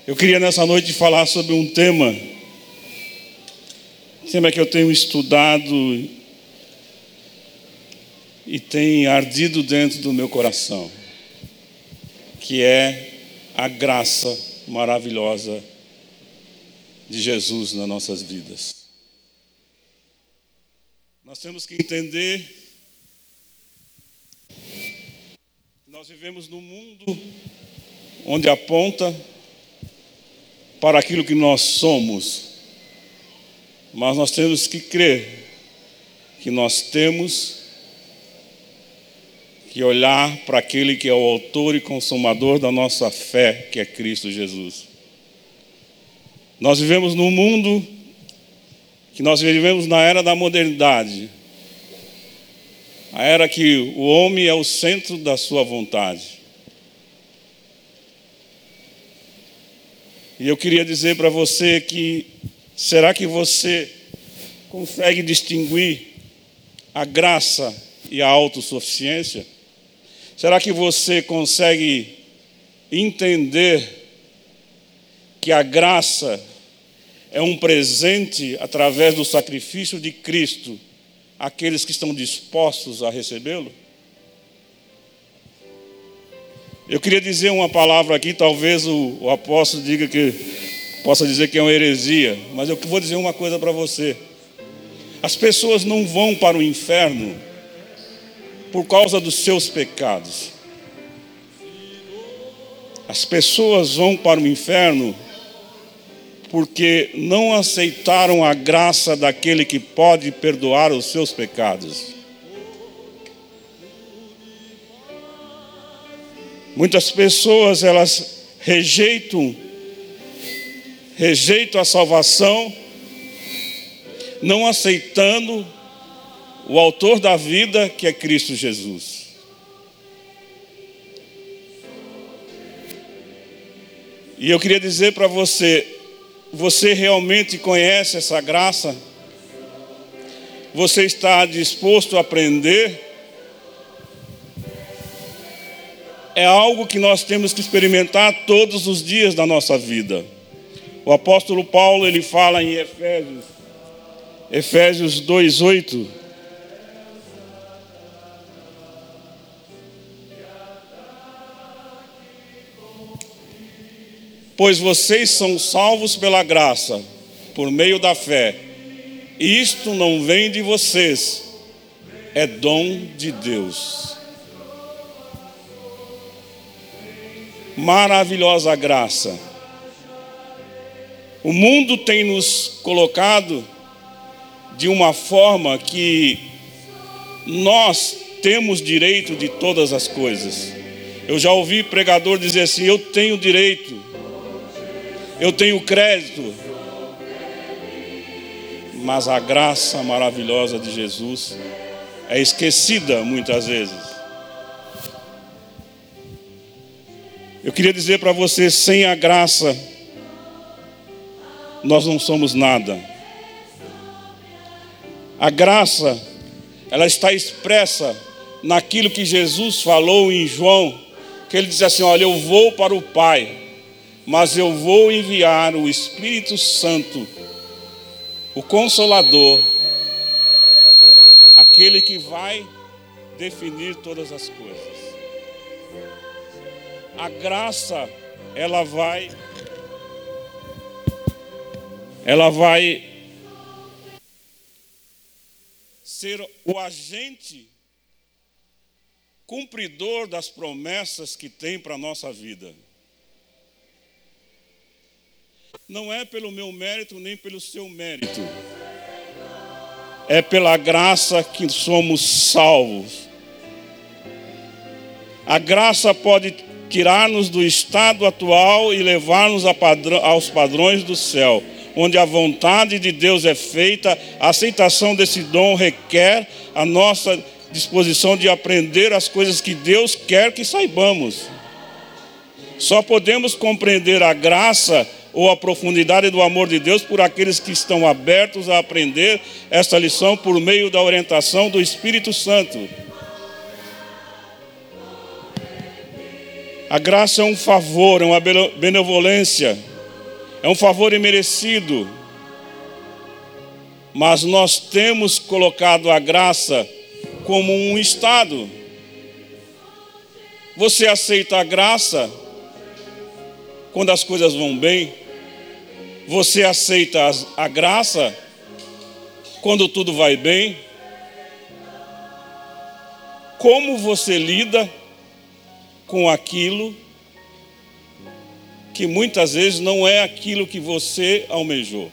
Eu queria nessa noite falar sobre um tema que eu tenho estudado e tem ardido dentro do meu coração, que é a graça maravilhosa de Jesus nas nossas vidas. Nós temos que entender que nós vivemos num mundo onde aponta para aquilo que nós somos, mas nós temos que crer que nós temos que olhar para aquele que é o autor e consumador da nossa fé, que é Cristo Jesus. Nós vivemos num mundo que nós vivemos na era da modernidade, a era que o homem é o centro da sua vontade. E eu queria dizer para você que, será que você consegue distinguir a graça e a autossuficiência? Será que você consegue entender que a graça é um presente através do sacrifício de Cristo àqueles que estão dispostos a recebê-lo? Eu queria dizer uma palavra aqui, talvez o apóstolo possa dizer que é uma heresia, mas eu vou dizer uma coisa para você. As pessoas não vão para o inferno por causa dos seus pecados. As pessoas vão para o inferno porque não aceitaram a graça daquele que pode perdoar os seus pecados. Muitas pessoas, elas rejeitam a salvação, não aceitando o autor da vida, que é Cristo Jesus. E eu queria dizer para você, você realmente conhece essa graça? Você está disposto a aprender? É algo que nós temos que experimentar todos os dias da nossa vida. O apóstolo Paulo, ele fala em Efésios 2:8. Pois vocês são salvos pela graça, por meio da fé. E isto não vem de vocês, é dom de Deus. Maravilhosa graça. O mundo tem nos colocado de uma forma que nós temos direito de todas as coisas. Eu já ouvi pregador dizer assim: eu tenho direito, eu tenho crédito. Mas a graça maravilhosa de Jesus é esquecida muitas vezes. Eu queria dizer para você, sem a graça, nós não somos nada. A graça, ela está expressa naquilo que Jesus falou em João, que ele diz assim: olha, eu vou para o Pai, mas eu vou enviar o Espírito Santo, o Consolador, aquele que vai definir todas as coisas. A graça, ela vai ser o agente cumpridor das promessas que tem para a nossa vida. Não é pelo meu mérito nem pelo seu mérito. É pela graça que somos salvos. A graça pode tirar-nos do estado atual e levar-nos aos padrões do céu, onde a vontade de Deus é feita. A aceitação desse dom requer a nossa disposição de aprender as coisas que Deus quer que saibamos. Só podemos compreender a graça ou a profundidade do amor de Deus por aqueles que estão abertos a aprender esta lição por meio da orientação do Espírito Santo. A graça é um favor, é uma benevolência É um favor imerecido, mas nós temos colocado a graça como um estado. Você aceita a graça quando as coisas vão bem? Você aceita a graça quando tudo vai bem? Como você lida com aquilo que muitas vezes não é aquilo que você almejou?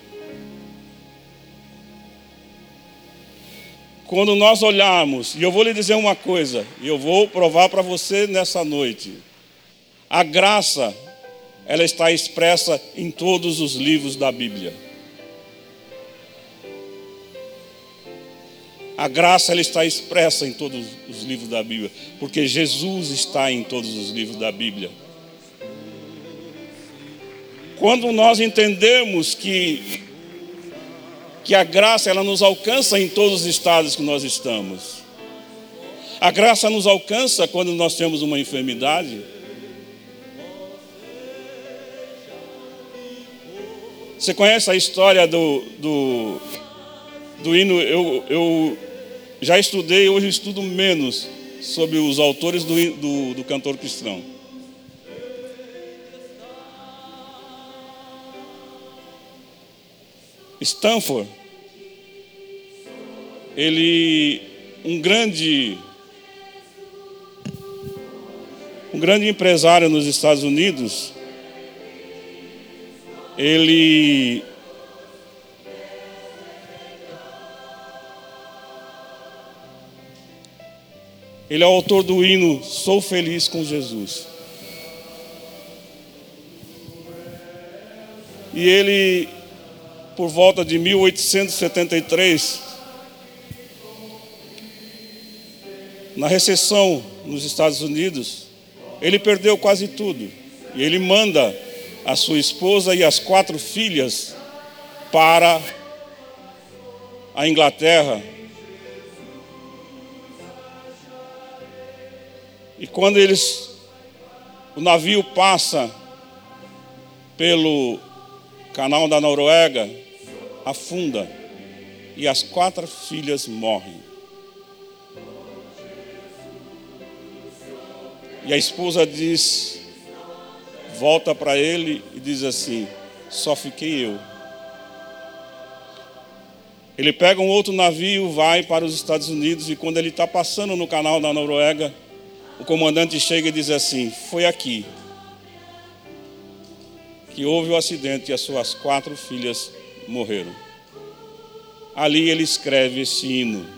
Quando nós olharmos, e eu vou lhe dizer uma coisa, e eu vou provar para você nessa noite. A graça, ela está expressa em todos os livros da Bíblia. A graça, ela está expressa em todos os livros da Bíblia, porque Jesus está em todos os livros da Bíblia. Quando nós entendemos que a graça, ela nos alcança em todos os estados que nós estamos. A graça nos alcança quando nós temos uma enfermidade. Você conhece a história do hino? Eu já estudei, hoje estudo menos sobre os autores do cantor cristão. Stanford, ele, um grande empresário nos Estados Unidos, ele é o autor do hino Sou Feliz com Jesus. E ele, por volta de 1873, na recessão nos Estados Unidos, ele perdeu quase tudo. E ele manda a sua esposa e as 4 filhas para a Inglaterra. E quando o navio passa pelo canal da Noruega, afunda e as 4 filhas morrem. E a esposa volta para ele e diz assim: só fiquei eu. Ele pega um outro navio, vai para os Estados Unidos, e quando ele está passando no canal da Noruega, o comandante chega e diz assim: foi aqui que houve o acidente e as suas 4 filhas morreram. Ali ele escreve esse hino,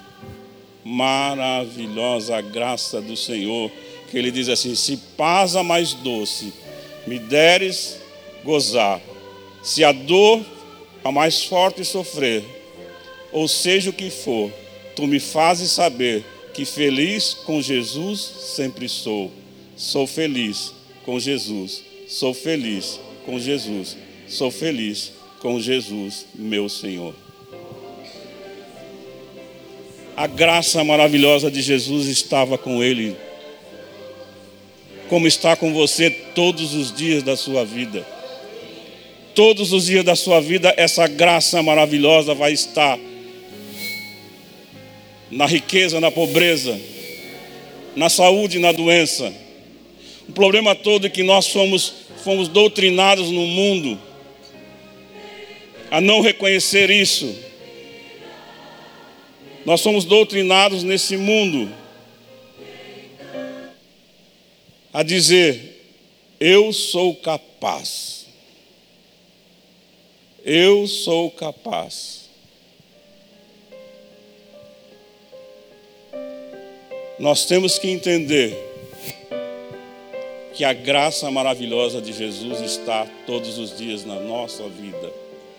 maravilhosa graça do Senhor, que ele diz assim: se paz a mais doce me deres gozar, se a dor a mais forte sofrer, ou seja o que for, tu me fazes saber que feliz com Jesus sempre sou. Sou feliz com Jesus, sou feliz com Jesus, sou feliz com Jesus, meu Senhor. A graça maravilhosa de Jesus estava com ele, como está com você todos os dias da sua vida. Todos os dias da sua vida, essa graça maravilhosa vai estar na riqueza, na pobreza, na saúde e na doença. O problema todo é que nós fomos doutrinados no mundo a não reconhecer isso. Nós somos doutrinados nesse mundo a dizer: eu sou capaz. Eu sou capaz. Nós temos que entender que a graça maravilhosa de Jesus está todos os dias na nossa vida.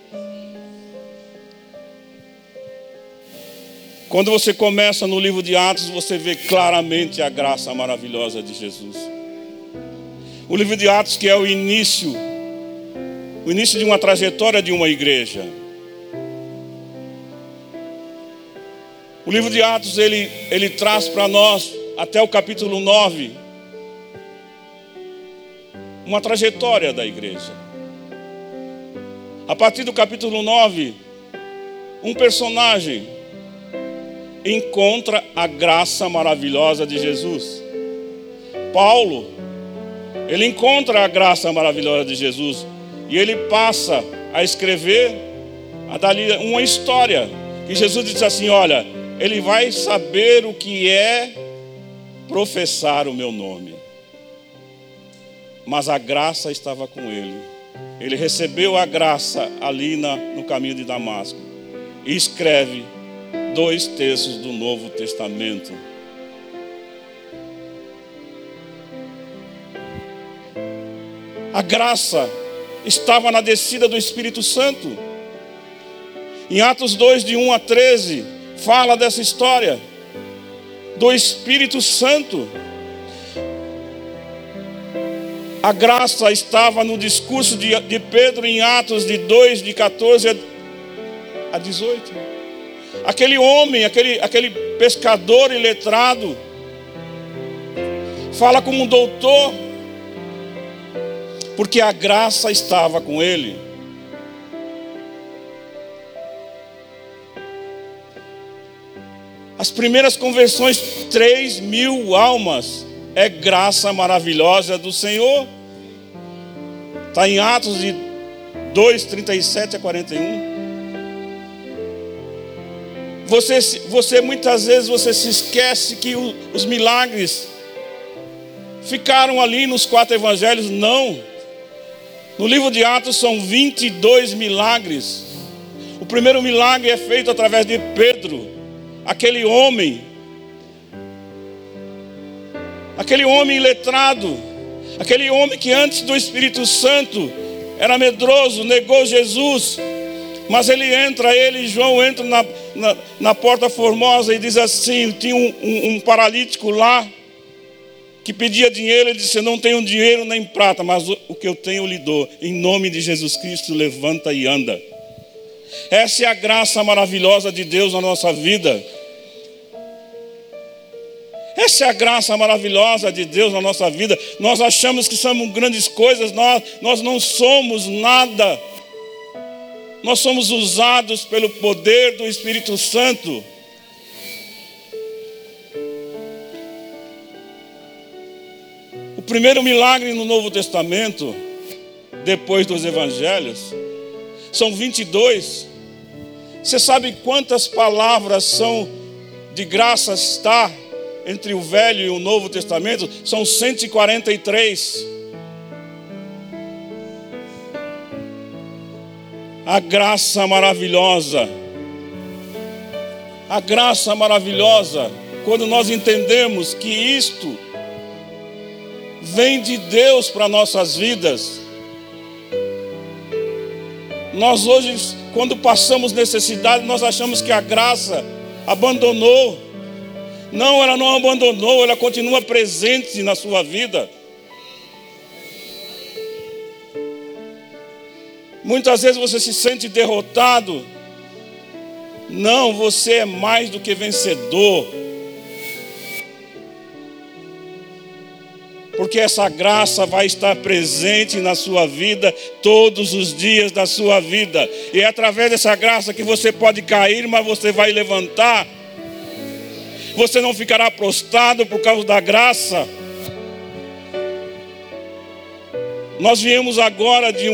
Quando você começa no livro de Atos, você vê claramente a graça maravilhosa de Jesus. O livro de Atos, que é o início de uma trajetória de uma igreja. O livro de Atos, ele traz para nós, até o capítulo 9, uma trajetória da igreja. A partir do capítulo 9, um personagem encontra a graça maravilhosa de Jesus. Paulo, ele encontra a graça maravilhosa de Jesus e ele passa a escrever, a dar uma história, que Jesus disse assim: olha, ele vai saber o que é professar o meu nome. Mas a graça estava com ele. Ele recebeu a graça ali no caminho de Damasco e escreve 2 terços do Novo Testamento. A graça estava na descida do Espírito Santo. Em Atos 2, de 1 a 13, fala dessa história do Espírito Santo. A graça estava no discurso de Pedro em Atos de 2, de 14 a 18. Aquele homem, aquele pescador iletrado, fala como um doutor, porque a graça estava com ele. As primeiras conversões, 3.000 almas, é graça maravilhosa do Senhor. Está em Atos de 2, 37 a 41. Você muitas vezes você se esquece que os milagres ficaram ali nos 4 evangelhos. Não. No livro de Atos são 22 milagres. O primeiro milagre é feito através de Pedro, aquele homem iletrado, aquele homem que antes do Espírito Santo era medroso, negou Jesus. Mas ele e João entram na Porta Formosa e diz assim: tinha um paralítico lá que pedia dinheiro. Ele disse: eu não tenho dinheiro nem prata, mas o que eu tenho eu lhe dou. Em nome de Jesus Cristo, levanta e anda. Essa é a graça maravilhosa de Deus na nossa vida. Essa é a graça maravilhosa de Deus na nossa vida. Nós achamos que somos grandes coisas, nós não somos nada. Nós somos usados pelo poder do Espírito Santo. O primeiro milagre no Novo Testamento, depois dos evangelhos, são 22. Você sabe quantas palavras são de graça está entre o Velho e o Novo Testamento? São 143. A graça maravilhosa. A graça maravilhosa, quando nós entendemos que isto vem de Deus para nossas vidas. Nós hoje, quando passamos necessidade, nós achamos que a graça abandonou. Não, ela não abandonou, ela continua presente na sua vida. Muitas vezes você se sente derrotado. Não, você é mais do que vencedor. Porque essa graça vai estar presente na sua vida todos os dias da sua vida. E é através dessa graça que você pode cair, mas você vai levantar. Você não ficará prostrado por causa da graça. Nós viemos agora de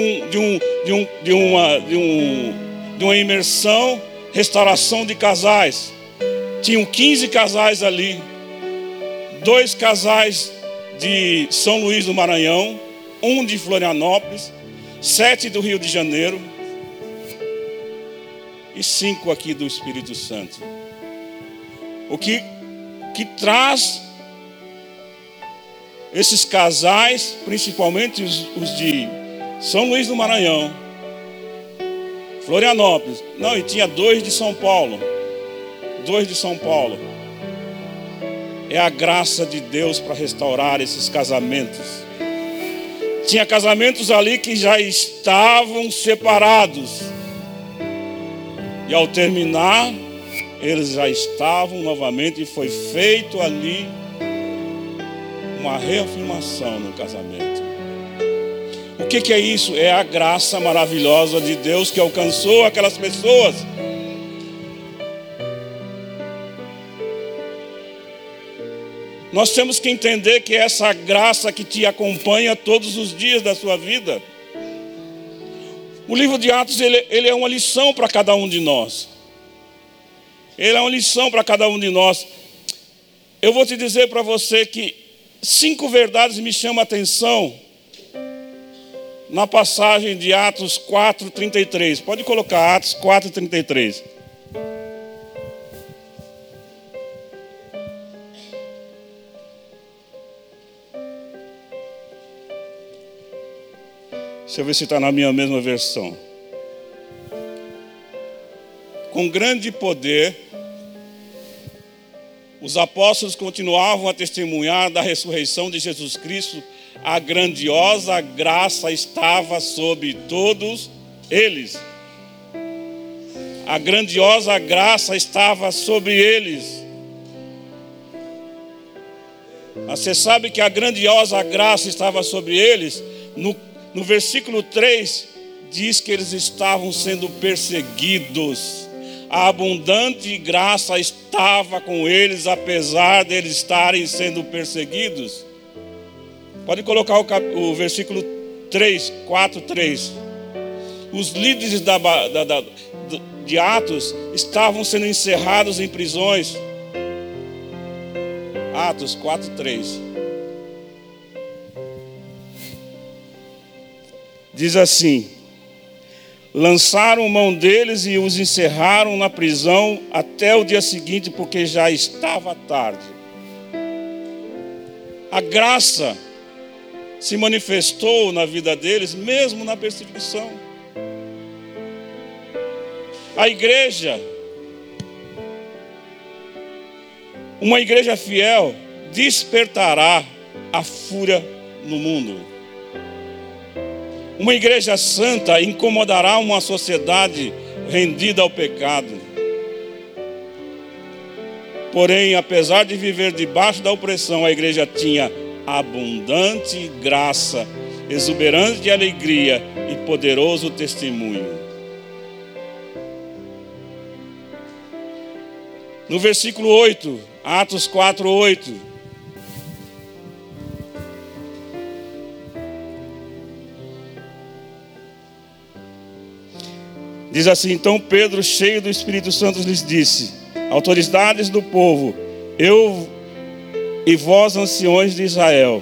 uma imersão, restauração de casais. Tinham 15 casais ali. 2 casais de São Luís do Maranhão, 1 de Florianópolis, 7 do Rio de Janeiro e 5 aqui do Espírito Santo. O que traz esses casais, principalmente os de São Luís do Maranhão, Florianópolis, não, e tinha 2 de São Paulo, 2 de São Paulo. É a graça de Deus para restaurar esses casamentos. Tinha casamentos ali que já estavam separados. E ao terminar, eles já estavam novamente e foi feito ali uma reafirmação no casamento. O que é isso? É a graça maravilhosa de Deus que alcançou aquelas pessoas. Nós temos que entender que é essa graça que te acompanha todos os dias da sua vida. O livro de Atos, ele é uma lição para cada um de nós. Ele é uma lição para cada um de nós. Eu vou te dizer para você que 5 verdades me chamam a atenção na passagem de Atos 4:33. Pode colocar Atos 4:33. Deixa eu ver se está na minha mesma versão. Com grande poder, os apóstolos continuavam a testemunhar da ressurreição de Jesus Cristo. A grandiosa graça estava sobre todos eles. A grandiosa graça estava sobre eles. Você sabe que a grandiosa graça estava sobre eles? No versículo 3, diz que eles estavam sendo perseguidos. A abundante graça estava com eles, apesar de eles estarem sendo perseguidos. Pode colocar o versículo 3, 4:3. Os líderes de Atos estavam sendo encerrados em prisões. Atos 4:3. Diz assim: lançaram mão deles e os encerraram na prisão até o dia seguinte, porque já estava tarde. A graça se manifestou na vida deles, mesmo na perseguição. A igreja, uma igreja fiel, despertará a fúria no mundo. Uma igreja santa incomodará uma sociedade rendida ao pecado. Porém, apesar de viver debaixo da opressão, a igreja tinha abundante graça, exuberante alegria e poderoso testemunho. No versículo 8, Atos 4:8. Diz assim: então Pedro, cheio do Espírito Santo, lhes disse: autoridades do povo, eu e vós, anciões de Israel,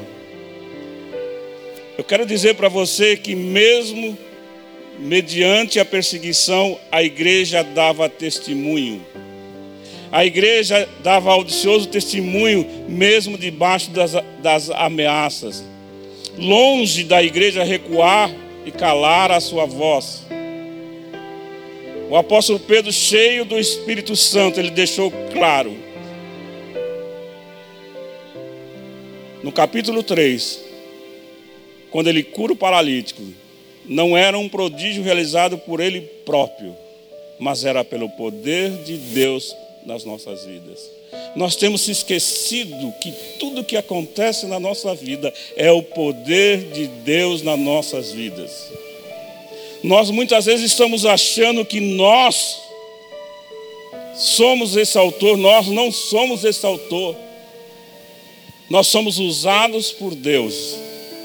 eu quero dizer para você que mesmo mediante a perseguição, a igreja dava testemunho. A igreja dava audicioso testemunho, mesmo debaixo das ameaças. Longe da igreja recuar e calar a sua voz. O apóstolo Pedro, cheio do Espírito Santo, ele deixou claro, no capítulo 3, quando ele cura o paralítico, não era um prodígio realizado por ele próprio, mas era pelo poder de Deus nas nossas vidas. Nós temos se esquecido que tudo que acontece na nossa vida é o poder de Deus nas nossas vidas. Nós muitas vezes estamos achando que nós somos esse autor. Nós não somos esse autor. Nós somos usados por Deus.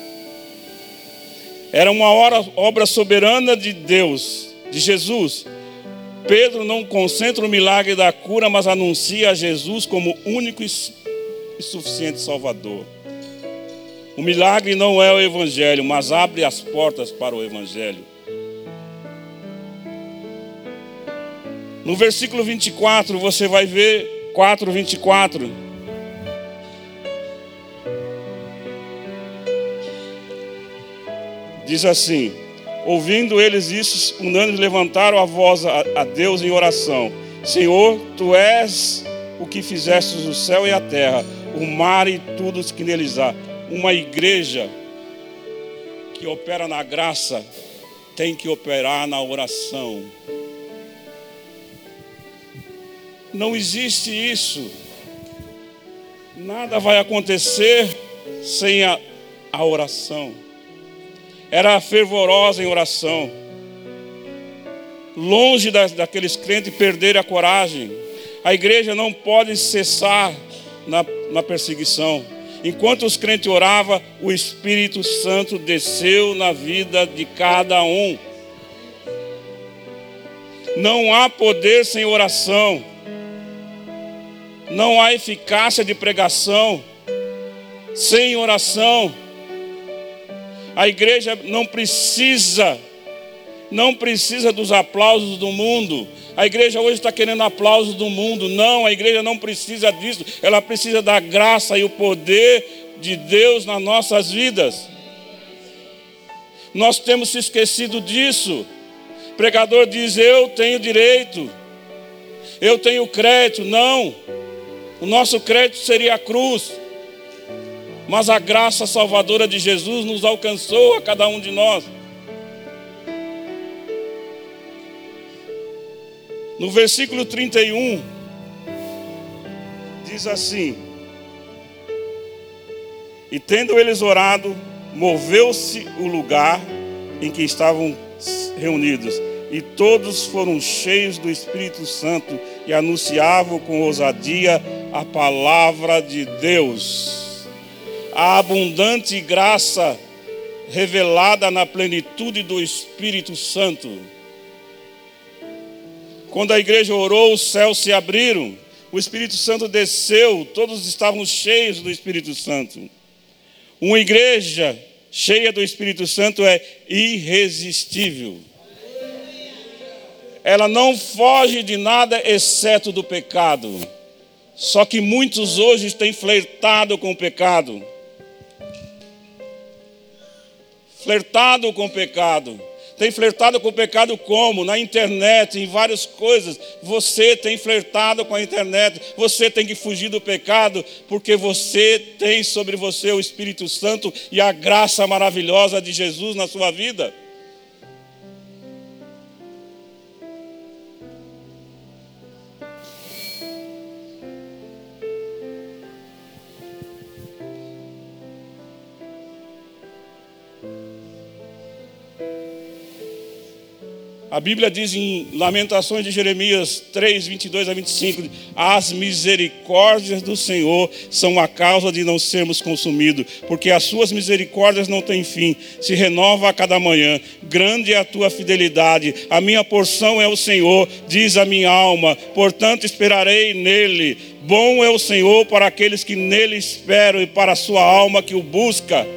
Era uma obra soberana de Deus, de Jesus. Pedro não concentra o milagre da cura, mas anuncia a Jesus como único e suficiente Salvador. O milagre não é o Evangelho, mas abre as portas para o Evangelho. No versículo 24, você vai ver 4:24. Diz assim: ouvindo eles isso, unânimes levantaram a voz a Deus em oração. Senhor, Tu és o que fizestes o céu e a terra, o mar e tudo o que neles há. Uma igreja que opera na graça tem que operar na oração. Não existe isso. Nada vai acontecer sem a oração. era fervorosa em oração. Longe daqueles crentes perderem a coragem. A igreja não pode cessar na perseguição. Enquanto os crentes oravam, o Espírito Santo desceu na vida de cada um. Não há poder sem oração. Não há eficácia de pregação sem oração. A igreja não precisa dos aplausos do mundo. A igreja hoje está querendo aplausos do mundo. Não, a igreja não precisa disso. Ela precisa da graça e o poder de Deus nas nossas vidas. Nós temos se esquecido disso. O pregador diz: eu tenho direito, eu tenho crédito. Não, o nosso crédito seria a cruz. Mas a graça salvadora de Jesus nos alcançou a cada um de nós. No versículo 31, diz assim: e tendo eles orado, moveu-se o lugar em que estavam reunidos, e todos foram cheios do Espírito Santo e anunciavam com ousadia a palavra de Deus. A abundante graça revelada na plenitude do Espírito Santo. Quando a igreja orou, os céus se abriram, o Espírito Santo desceu, todos estavam cheios do Espírito Santo. Uma igreja cheia do Espírito Santo é irresistível. Ela não foge de nada exceto do pecado. Só que muitos hoje têm flertado com o pecado. Flertado com o pecado. Tem flertado com o pecado como? Na internet, em várias coisas. Você tem flertado com a internet. Você tem que fugir do pecado, porque você tem sobre você o Espírito Santo e a graça maravilhosa de Jesus na sua vida. A Bíblia diz em Lamentações de Jeremias 3, 22 a 25, as misericórdias do Senhor são a causa de não sermos consumidos, porque as suas misericórdias não têm fim, se renova a cada manhã. Grande é a tua fidelidade, a minha porção é o Senhor, diz a minha alma, portanto esperarei nele. Bom é o Senhor para aqueles que nele esperam e para a sua alma que o busca.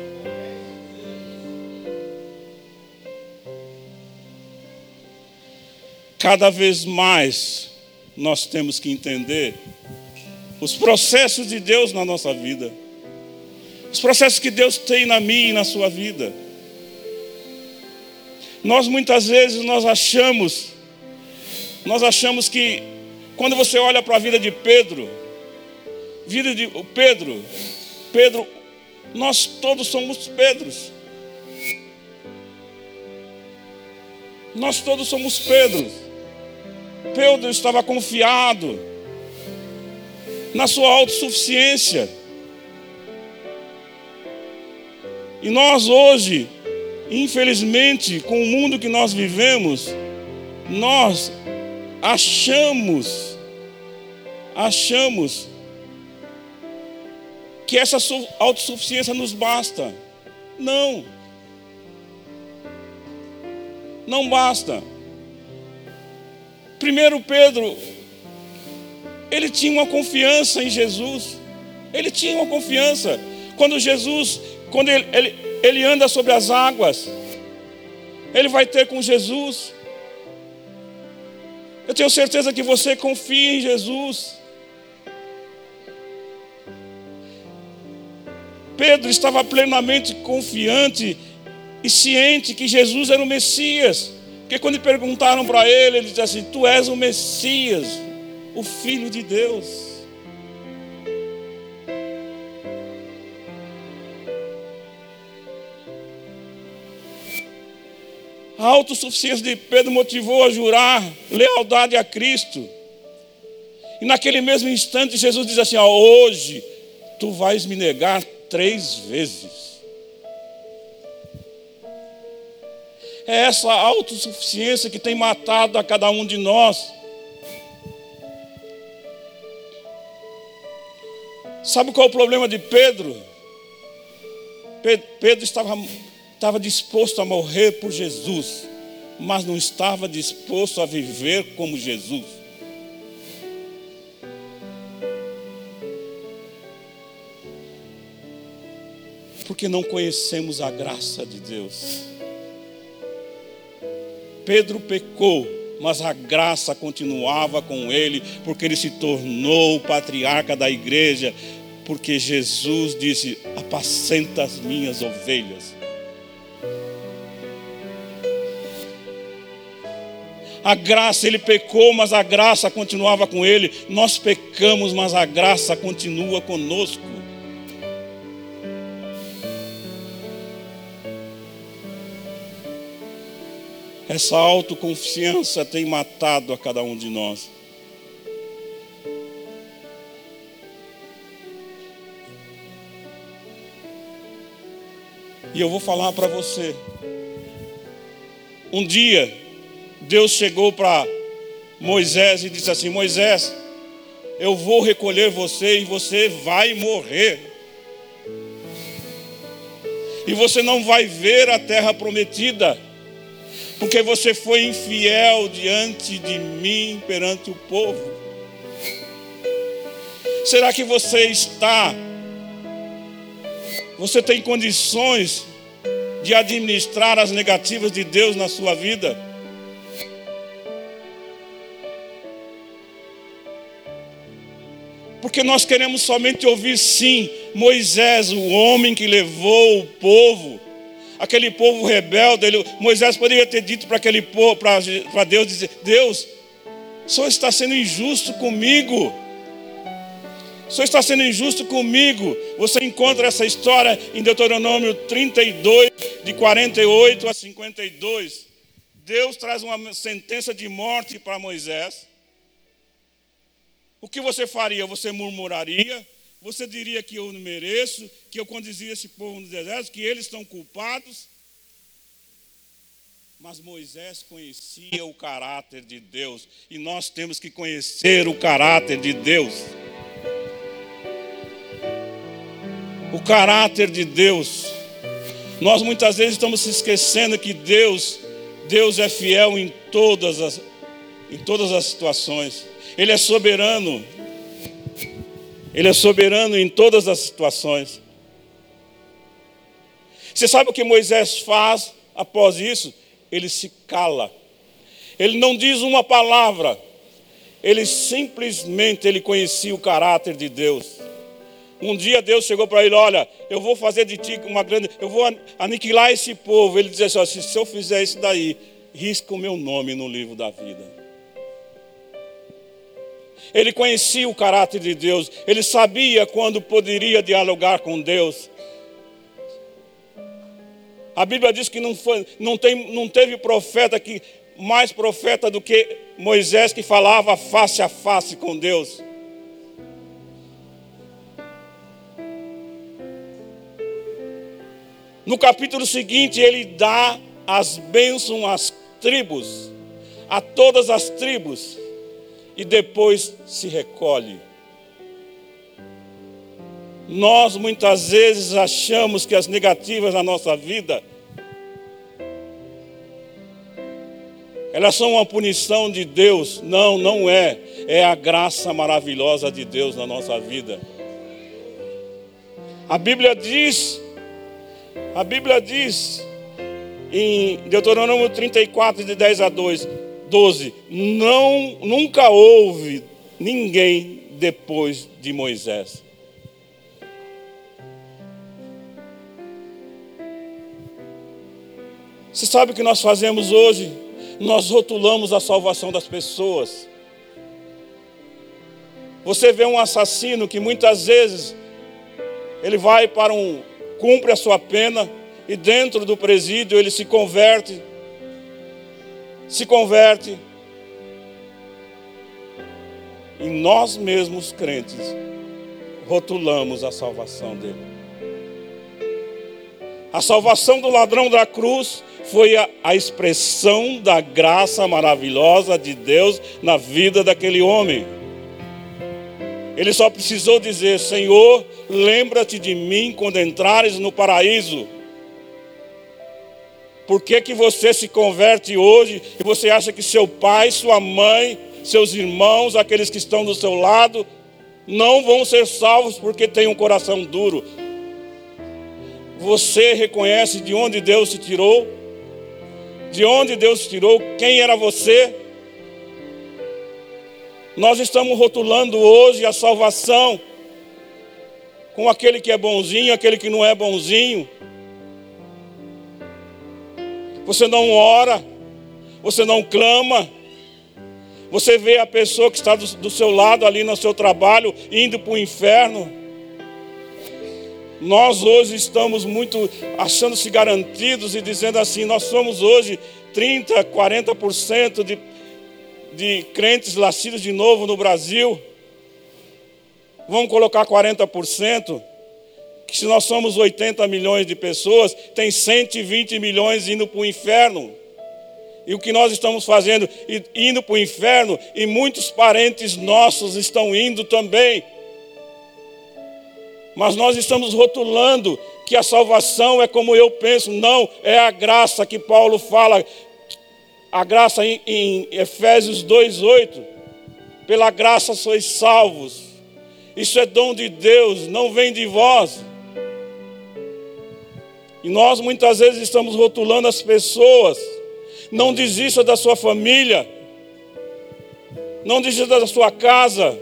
Cada vez mais nós temos que entender os processos de Deus na nossa vida. Os processos que Deus tem na minha e na sua vida. Nós muitas vezes nós achamos que quando você olha para a vida de Pedro, nós todos somos Pedros. Nós todos somos Pedros. Pedro estava confiado na sua autossuficiência. E nós hoje, infelizmente, com o mundo que nós vivemos, nós achamos que essa autossuficiência nos basta. Não basta. Primeiro Pedro, ele tinha uma confiança em Jesus. Ele tinha uma confiança. Quando ele anda sobre as águas, ele vai ter com Jesus. Eu tenho certeza que você confia em Jesus. Pedro estava plenamente confiante e ciente que Jesus era o Messias. Porque quando perguntaram para ele, ele disse assim: tu és o Messias, o Filho de Deus. A autossuficiência de Pedro motivou a jurar lealdade a Cristo. E naquele mesmo instante Jesus diz assim: hoje tu vais me negar 3 vezes. É essa autossuficiência que tem matado a cada um de nós. Sabe qual é o problema de Pedro? Pedro estava disposto a morrer por Jesus, mas não estava disposto a viver como Jesus. Porque não conhecemos a graça de Deus. Pedro pecou, mas a graça continuava com ele, porque ele se tornou o patriarca da igreja, porque Jesus disse: apacenta as minhas ovelhas. A graça, ele pecou, mas a graça continuava com ele. Nós pecamos, mas a graça continua conosco. Essa autoconfiança tem matado a cada um de nós. E eu vou falar para você. Um dia, Deus chegou para Moisés e disse assim: Moisés, eu vou recolher você e você vai morrer. E você não vai ver a terra prometida, porque você foi infiel diante de mim, perante o povo. Será que você tem condições de administrar as negativas de Deus na sua vida? Porque nós queremos somente ouvir sim. Moisés, o homem que levou o povo, aquele povo rebelde, Moisés poderia ter dito para aquele povo, para Deus, dizer: Deus, o Senhor está sendo injusto comigo. O Senhor está sendo injusto comigo. Você encontra essa história em Deuteronômio 32, de 48 a 52. Deus traz uma sentença de morte para Moisés. O que você faria? Você murmuraria? Você diria que eu não mereço, que eu conduzi esse povo no deserto, que eles estão culpados? Mas Moisés conhecia o caráter de Deus, e nós temos que conhecer o caráter de Deus. O caráter de Deus. Nós muitas vezes estamos se esquecendo que Deus é fiel em todas as situações. Ele é soberano. Ele é soberano em todas as situações. Você sabe o que Moisés faz após isso? Ele se cala. Ele não diz uma palavra. Ele conhecia o caráter de Deus. Um dia Deus chegou para ele: olha, eu vou fazer de ti eu vou aniquilar esse povo. Ele dizia assim: se eu fizer isso daí, risca o meu nome no livro da vida. Ele conhecia o caráter de Deus. Ele sabia quando poderia dialogar com Deus. A Bíblia diz que não teve profeta mais profeta do que Moisés, que falava face a face com Deus. No capítulo seguinte, ele dá as bênçãos às tribos, a todas as tribos, e depois se recolhe. Nós muitas vezes achamos que as negativas na nossa vida, elas são uma punição de Deus. Não, não é. É a graça maravilhosa de Deus na nossa vida. A Bíblia diz em Deuteronômio 34, de 10 a 12, nunca houve ninguém depois de Moisés. Você sabe o que nós fazemos hoje? Nós rotulamos a salvação das pessoas. Você vê um assassino que muitas vezes ele vai cumpre a sua pena, e dentro do presídio ele se converte. E nós mesmos crentes rotulamos a salvação dele. A salvação do ladrão da cruz foi a expressão da graça maravilhosa de Deus na vida daquele homem. Ele só precisou dizer: Senhor, lembra-te de mim quando entrares no paraíso. Por que que você se converte hoje e você acha que seu pai, sua mãe, seus irmãos, aqueles que estão do seu lado, não vão ser salvos porque têm um coração duro? Você reconhece de onde Deus te tirou? De onde Deus te tirou? Quem era você? Nós estamos rotulando hoje a salvação com aquele que é bonzinho, aquele que não é bonzinho. Você não ora, você não clama, você vê a pessoa que está do seu lado ali no seu trabalho indo para o inferno. Nós hoje estamos muito achando-se garantidos e dizendo assim: nós somos hoje 30%, 40% de crentes nascidos de novo no Brasil. Vamos colocar 40%, que se nós somos 80 milhões de pessoas, tem 120 milhões indo para o inferno. E o que nós estamos fazendo? Indo para o inferno, e muitos parentes nossos estão indo também. Mas nós estamos rotulando que a salvação é como eu penso. Não, é a graça que Paulo fala. A graça em Efésios 2:8. Pela graça sois salvos. Isso é dom de Deus, não vem de vós. E nós muitas vezes estamos rotulando as pessoas. Não desista da sua família. Não desista da sua casa.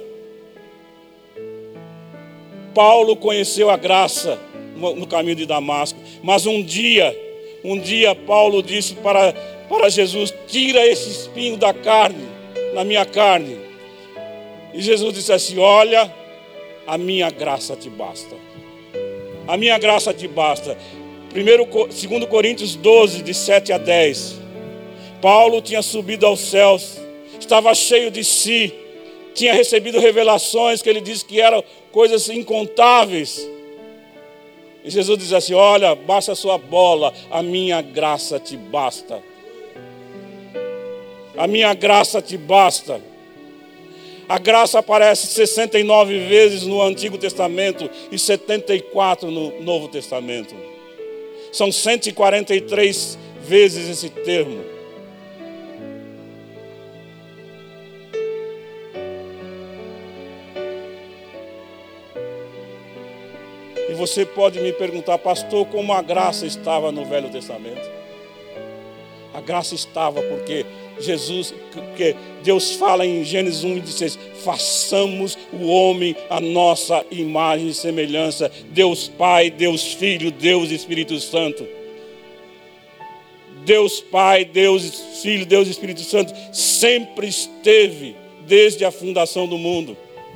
Paulo conheceu a graça no caminho de Damasco. Mas um dia Paulo disse para Jesus: tira esse espinho da carne, na minha carne. E Jesus disse assim: olha, a minha graça te basta. A minha graça te basta. 2 Coríntios 12, de 7 a 10. Paulo tinha subido aos céus, estava cheio de si, tinha recebido revelações que ele disse que eram coisas incontáveis. E Jesus diz assim: olha, baixa a sua bola, a minha graça te basta. A minha graça te basta. A graça aparece 69 vezes no Antigo Testamento e 74 no Novo Testamento. São 143 vezes esse termo. E você pode me perguntar: pastor, como a graça estava no Velho Testamento? A graça estava porque Deus fala em Gênesis 1:16: façamos o homem a nossa imagem e semelhança. Deus Pai, Deus Filho, Deus Espírito Santo. Deus Pai, Deus Filho, Deus Espírito Santo sempre esteve desde a fundação do mundo.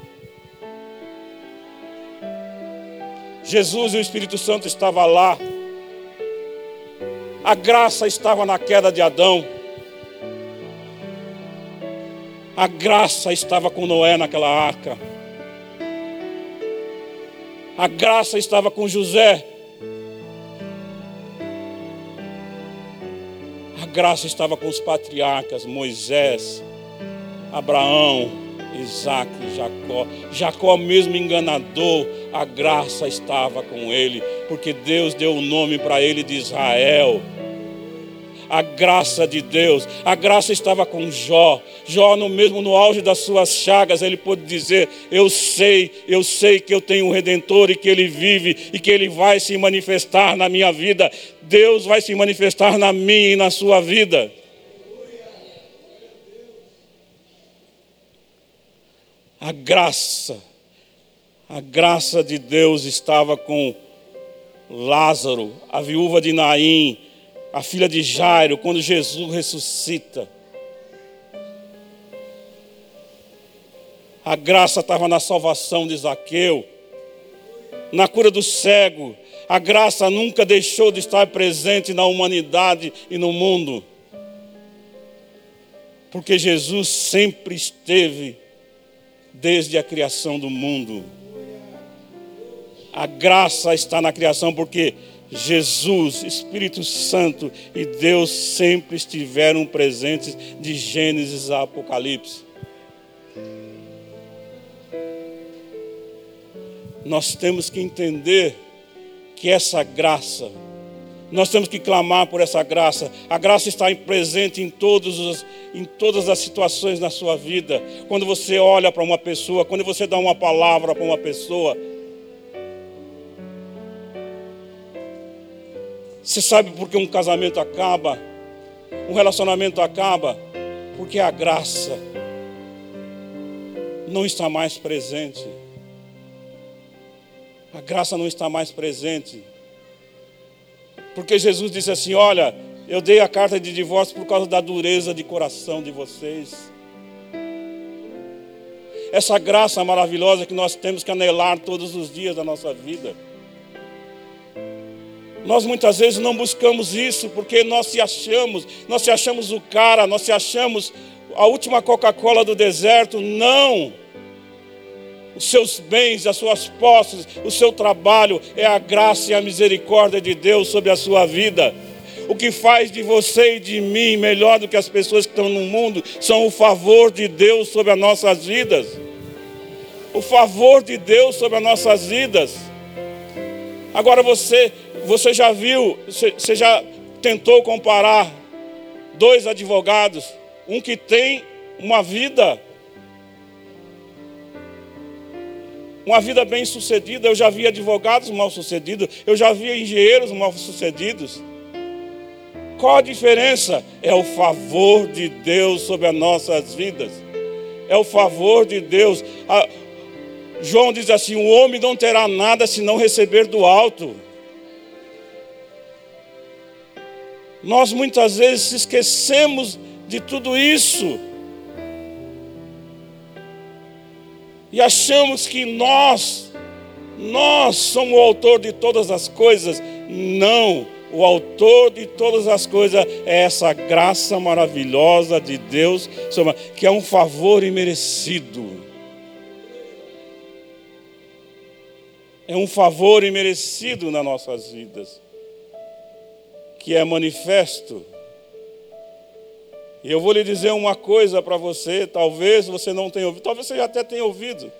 Jesus e o Espírito Santo estavam lá. A graça estava na queda de Adão. A graça estava com Noé naquela arca. A graça estava com José. A graça estava com os patriarcas, Moisés, Abraão, Isaac, Jacó. Jacó mesmo enganador, a graça estava com ele, porque Deus deu o nome para ele de Israel. A graça de Deus, a graça estava com Jó. Jó, no auge das suas chagas, ele pôde dizer: eu sei que eu tenho um Redentor e que ele vive e que ele vai se manifestar na minha vida. Deus vai se manifestar na minha e na sua vida. A graça de Deus estava com Lázaro, a viúva de Naim, a filha de Jairo, quando Jesus ressuscita. A graça estava na salvação de Zaqueu, na cura do cego. A graça nunca deixou de estar presente na humanidade e no mundo, porque Jesus sempre esteve desde a criação do mundo. A graça está na criação porque Jesus, Espírito Santo e Deus sempre estiveram presentes de Gênesis a Apocalipse. Nós temos que entender que essa graça, nós temos que clamar por essa graça. A graça está presente em todas as situações na sua vida. Quando você olha para uma pessoa, quando você dá uma palavra para uma pessoa. Você sabe por que um casamento acaba? Um relacionamento acaba? Porque a graça não está mais presente. A graça não está mais presente. Porque Jesus disse assim: olha, eu dei a carta de divórcio por causa da dureza de coração de vocês. Essa graça maravilhosa que nós temos que anelar todos os dias da nossa vida. Nós muitas vezes não buscamos isso porque nós se achamos o cara, nós se achamos a última Coca-Cola do deserto. Não! Os seus bens, as suas posses, o seu trabalho é a graça e a misericórdia de Deus sobre a sua vida. O que faz de você e de mim melhor do que as pessoas que estão no mundo são o favor de Deus sobre as nossas vidas. O favor de Deus sobre as nossas vidas. Agora você já viu, você já tentou comparar dois advogados, um que tem uma vida bem sucedida. Eu já vi advogados mal sucedidos, eu já vi engenheiros mal sucedidos. Qual a diferença? É o favor de Deus sobre as nossas vidas. É o favor de Deus. João diz assim: o homem não terá nada se não receber do alto. Nós muitas vezes esquecemos de tudo isso. E achamos que nós somos o autor de todas as coisas. Não, o autor de todas as coisas é essa graça maravilhosa de Deus, que é um favor imerecido. É um favor imerecido nas nossas vidas, que é manifesto. E eu vou lhe dizer uma coisa para você, talvez você não tenha ouvido, talvez você já até tenha ouvido.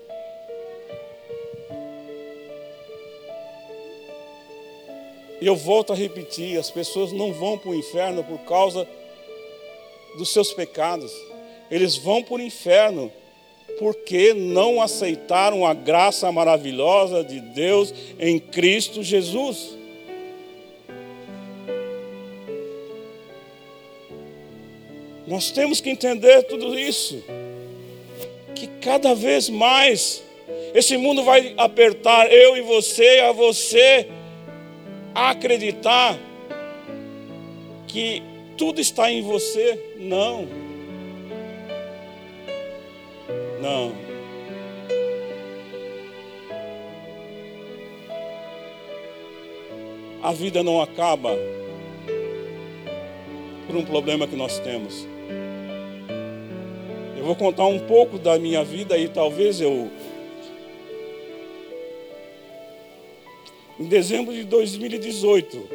E eu volto a repetir, as pessoas não vão para o inferno por causa dos seus pecados. Eles vão para o inferno porque não aceitaram a graça maravilhosa de Deus em Cristo Jesus. Nós temos que entender tudo isso, que cada vez mais esse mundo vai apertar eu e você, a você acreditar que tudo está em você. Não. Não. A vida não acaba por um problema que nós temos. Eu vou contar um pouco da minha vida e talvez em dezembro de 2018,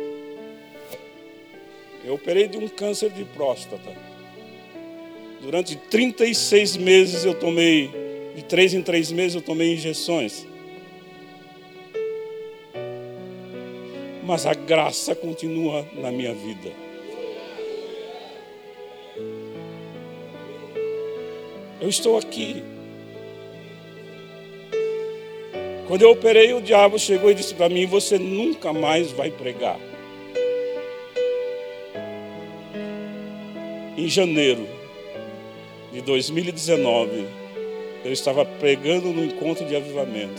eu operei de um câncer de próstata. Durante 36 meses eu tomei, de 3 em 3 meses eu tomei injeções. Mas a graça continua na minha vida. Eu estou aqui. Quando eu operei, o diabo chegou e disse para mim: você nunca mais vai pregar. Em janeiro de 2019, eu estava pregando no encontro de avivamento.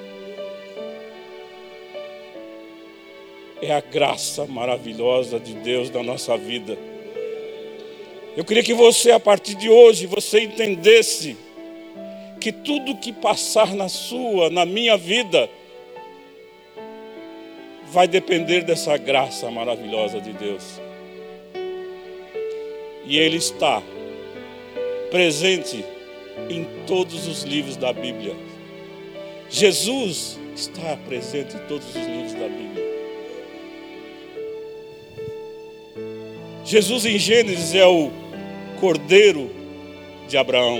É a graça maravilhosa de Deus na nossa vida. Eu queria que você, a partir de hoje, você entendesse que tudo que passar na minha vida, vai depender dessa graça maravilhosa de Deus. E Ele está presente em todos os livros da Bíblia. Jesus está presente em todos os livros da Bíblia. Jesus em Gênesis é o Cordeiro de Abraão.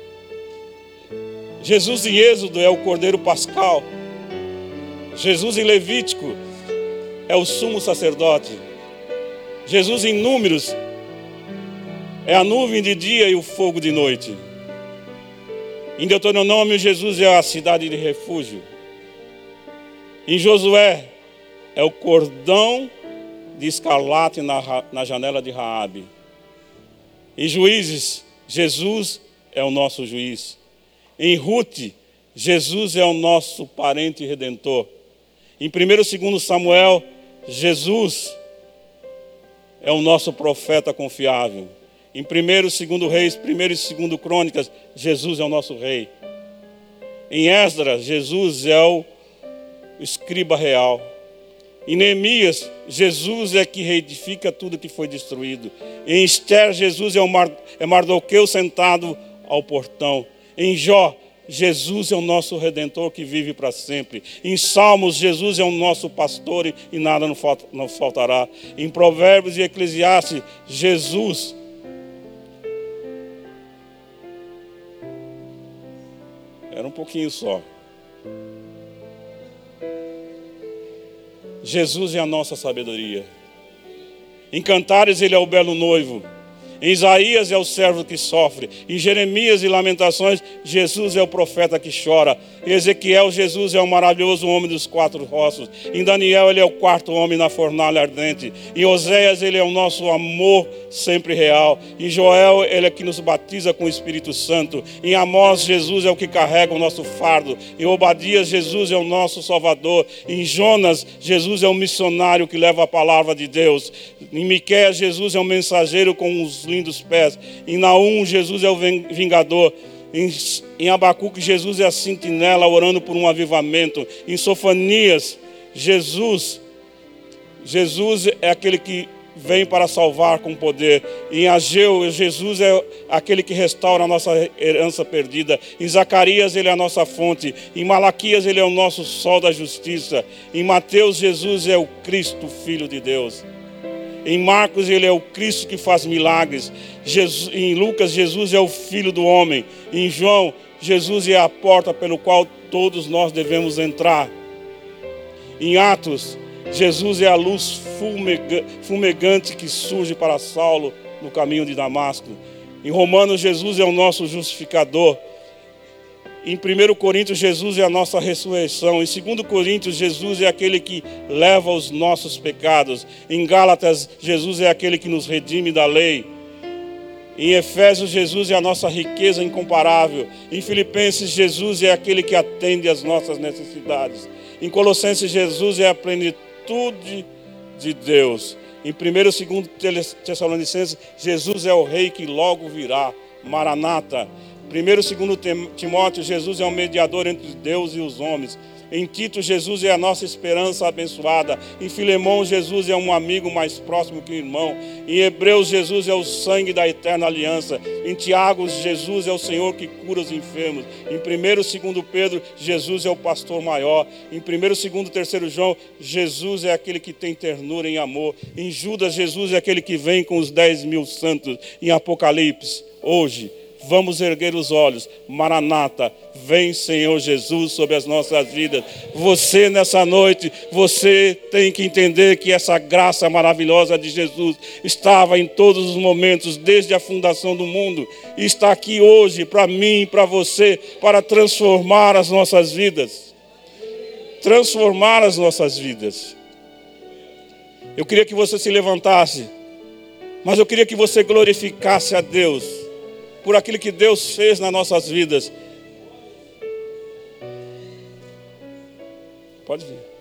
Jesus em Êxodo é o Cordeiro Pascal. Jesus em Levítico é o sumo sacerdote. Jesus em Números é a nuvem de dia e o fogo de noite. Em Deuteronômio, Jesus é a cidade de refúgio. Em Josué é o cordão de escarlate na janela de Raabe. Em Juízes, Jesus é o nosso juiz. Em Rute, Jesus é o nosso parente redentor. Em 1º e 2º Samuel, Jesus é o nosso profeta confiável. Em 1º e 2º Reis, 1º e 2º Crônicas, Jesus é o nosso rei. Em Esdras, Jesus é o escriba real. Em Neemias, Jesus é que reedifica tudo que foi destruído. Em Esther, Jesus é Mardoqueu sentado ao portão. Em Jó, Jesus é o nosso Redentor que vive para sempre. Em Salmos, Jesus é o nosso pastor e nada nos faltará. Em Provérbios e Eclesiastes, Jesus era um pouquinho só. Jesus é a nossa sabedoria. Em Cantares ele é o belo noivo. Em Isaías é o servo que sofre. Em Jeremias e Lamentações, Jesus é o profeta que chora. Em Ezequiel, Jesus é o maravilhoso homem dos 4 rostos. Em Daniel, ele é o 4º homem na fornalha ardente. Em Oséias, ele é o nosso amor sempre real. Em Joel, ele é que nos batiza com o Espírito Santo. Em Amós, Jesus é o que carrega o nosso fardo. Em Obadias, Jesus é o nosso Salvador. Em Jonas, Jesus é o missionário que leva a palavra de Deus. Em Miqueias, Jesus é o mensageiro com os lindos pés. Em Naum, Jesus é o vingador. Em Abacuque, Jesus é a sentinela orando por um avivamento. Em Sofonias, Jesus é aquele que vem para salvar com poder. Em Ageu, Jesus é aquele que restaura a nossa herança perdida. Em Zacarias, ele é a nossa fonte. Em Malaquias, ele é o nosso sol da justiça. Em Mateus, Jesus é o Cristo, Filho de Deus. Em Marcos, ele é o Cristo que faz milagres. Em Lucas, Jesus é o Filho do homem. Em João, Jesus é a porta pelo qual todos nós devemos entrar. Em Atos, Jesus é a luz fumegante que surge para Saulo no caminho de Damasco. Em Romanos, Jesus é o nosso justificador. Em 1 Coríntios, Jesus é a nossa ressurreição. Em 2 Coríntios, Jesus é aquele que leva os nossos pecados. Em Gálatas, Jesus é aquele que nos redime da lei. Em Efésios, Jesus é a nossa riqueza incomparável. Em Filipenses, Jesus é aquele que atende às nossas necessidades. Em Colossenses, Jesus é a plenitude de Deus. Em 1 e 2 Tessalonicenses, Jesus é o Rei que logo virá. Maranata. 1 e 2 Timóteo, Jesus é o mediador entre Deus e os homens. Em Tito, Jesus é a nossa esperança abençoada. Em Filemão, Jesus é um amigo mais próximo que o irmão. Em Hebreus, Jesus é o sangue da eterna aliança. Em Tiago, Jesus é o Senhor que cura os enfermos. Em 1 e 2 Pedro, Jesus é o pastor maior. Em 1 e 2 e 3 João, Jesus é aquele que tem ternura em amor. Em Judas, Jesus é aquele que vem com os 10.000 santos. Em Apocalipse, hoje, vamos erguer os olhos. Maranata, vem Senhor Jesus sobre as nossas vidas. Você nessa noite, você tem que entender que essa graça maravilhosa de Jesus estava em todos os momentos, desde a fundação do mundo. E está aqui hoje para mim e para você, para transformar as nossas vidas. Transformar as nossas vidas. Eu queria que você se levantasse, mas eu queria que você glorificasse a Deus por aquilo que Deus fez nas nossas vidas. Pode vir.